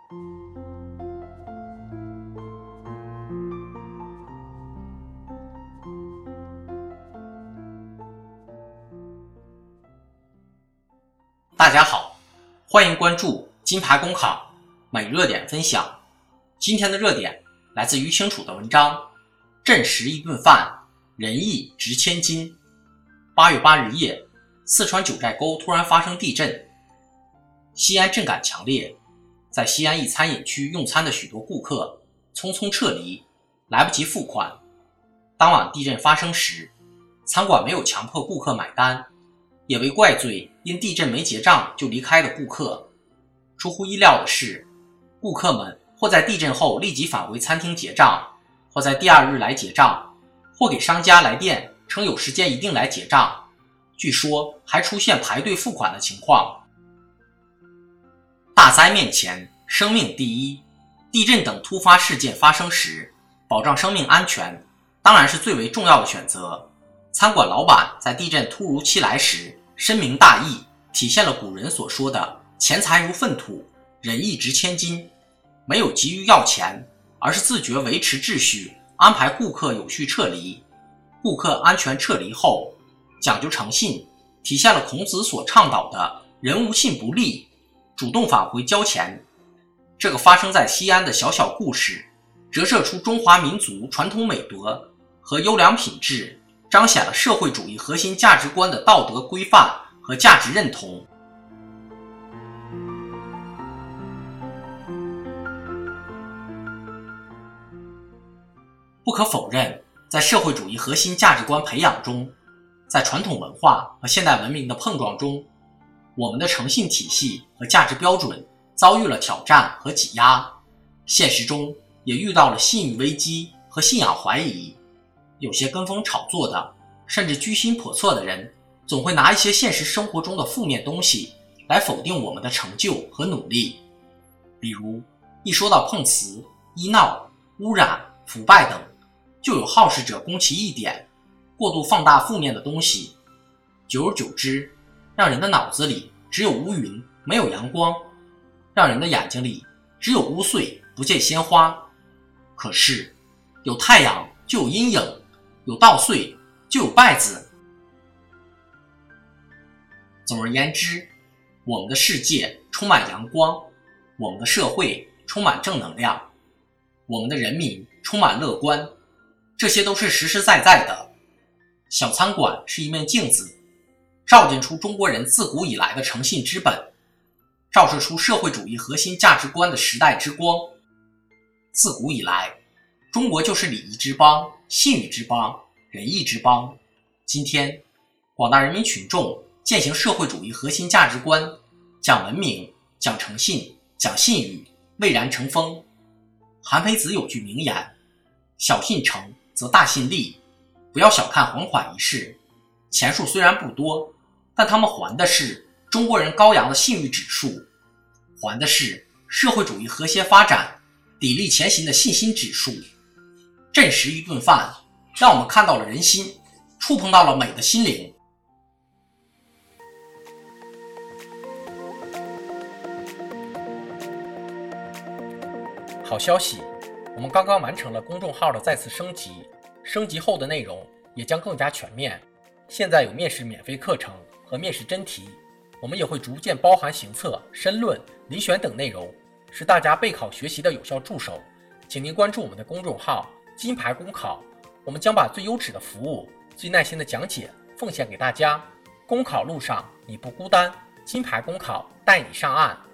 大家好，欢迎关注金牌公考每日热点分享。今天的热点来自于清楚的文章，朕食一顿饭，仁义值千金。8月8日夜，四川九寨沟突然发生地震，西安震感强烈，在西安一餐饮区用餐的许多顾客匆匆撤离，来不及付款。当晚地震发生时，餐馆没有强迫顾客买单，也未怪罪因地震没结账就离开的顾客。出乎意料的是，顾客们或在地震后立即返回餐厅结账，或在第二日来结账，或给商家来电称有时间一定来结账。据说还出现排队付款的情况。大灾面前，生命第一。地震等突发事件发生时，保障生命安全当然是最为重要的选择。餐馆老板在地震突如其来时深明大义，体现了古人所说的钱财如粪土，仁义值千金。没有急于要钱，而是自觉维持秩序，安排顾客有序撤离。顾客安全撤离后，讲究诚信，体现了孔子所倡导的人无信不立，主动返回交钱。这个发生在西安的小小故事，折射出中华民族传统美德和优良品质，彰显了社会主义核心价值观的道德规范和价值认同。不可否认，在社会主义核心价值观培养中，在传统文化和现代文明的碰撞中，我们的诚信体系和价值标准遭遇了挑战和挤压，现实中也遇到了信誉危机和信仰怀疑。有些跟风炒作的，甚至居心叵测的人，总会拿一些现实生活中的负面东西来否定我们的成就和努力。比如一说到碰瓷、医闹、污染、腐败等，就有好事者攻其一点，过度放大负面的东西，久而久之，让人的脑子里只有乌云没有阳光，让人的眼睛里只有污秽不见鲜花。可是有太阳就有阴影，有稻穗就有稗子。总而言之，我们的世界充满阳光，我们的社会充满正能量，我们的人民充满乐观，这些都是实实在在的。小餐馆是一面镜子，照见出中国人自古以来的诚信之本，照射出社会主义核心价值观的时代之光。自古以来，中国就是礼仪之邦、信誉之邦、仁义之邦。今天，广大人民群众践行社会主义核心价值观，讲文明、讲诚信、讲信誉，蔚然成风。韩非子有句名言：小信诚则大信立。不要小看还款一事，钱数虽然不多，但他们还的是中国人高扬的信誉指数，还的是社会主义和谐发展、砥砺前行的信心指数。朕食一顿饭，让我们看到了人心，触碰到了美的心灵。好消息，我们刚刚完成了公众号的再次升级，升级后的内容也将更加全面。现在有面试免费课程和面试真题，我们也会逐渐包含行测、申论、遴选等内容，是大家备考学习的有效助手。请您关注我们的公众号金牌公考，我们将把最优质的服务、最耐心的讲解奉献给大家。公考路上你不孤单，金牌公考带你上岸。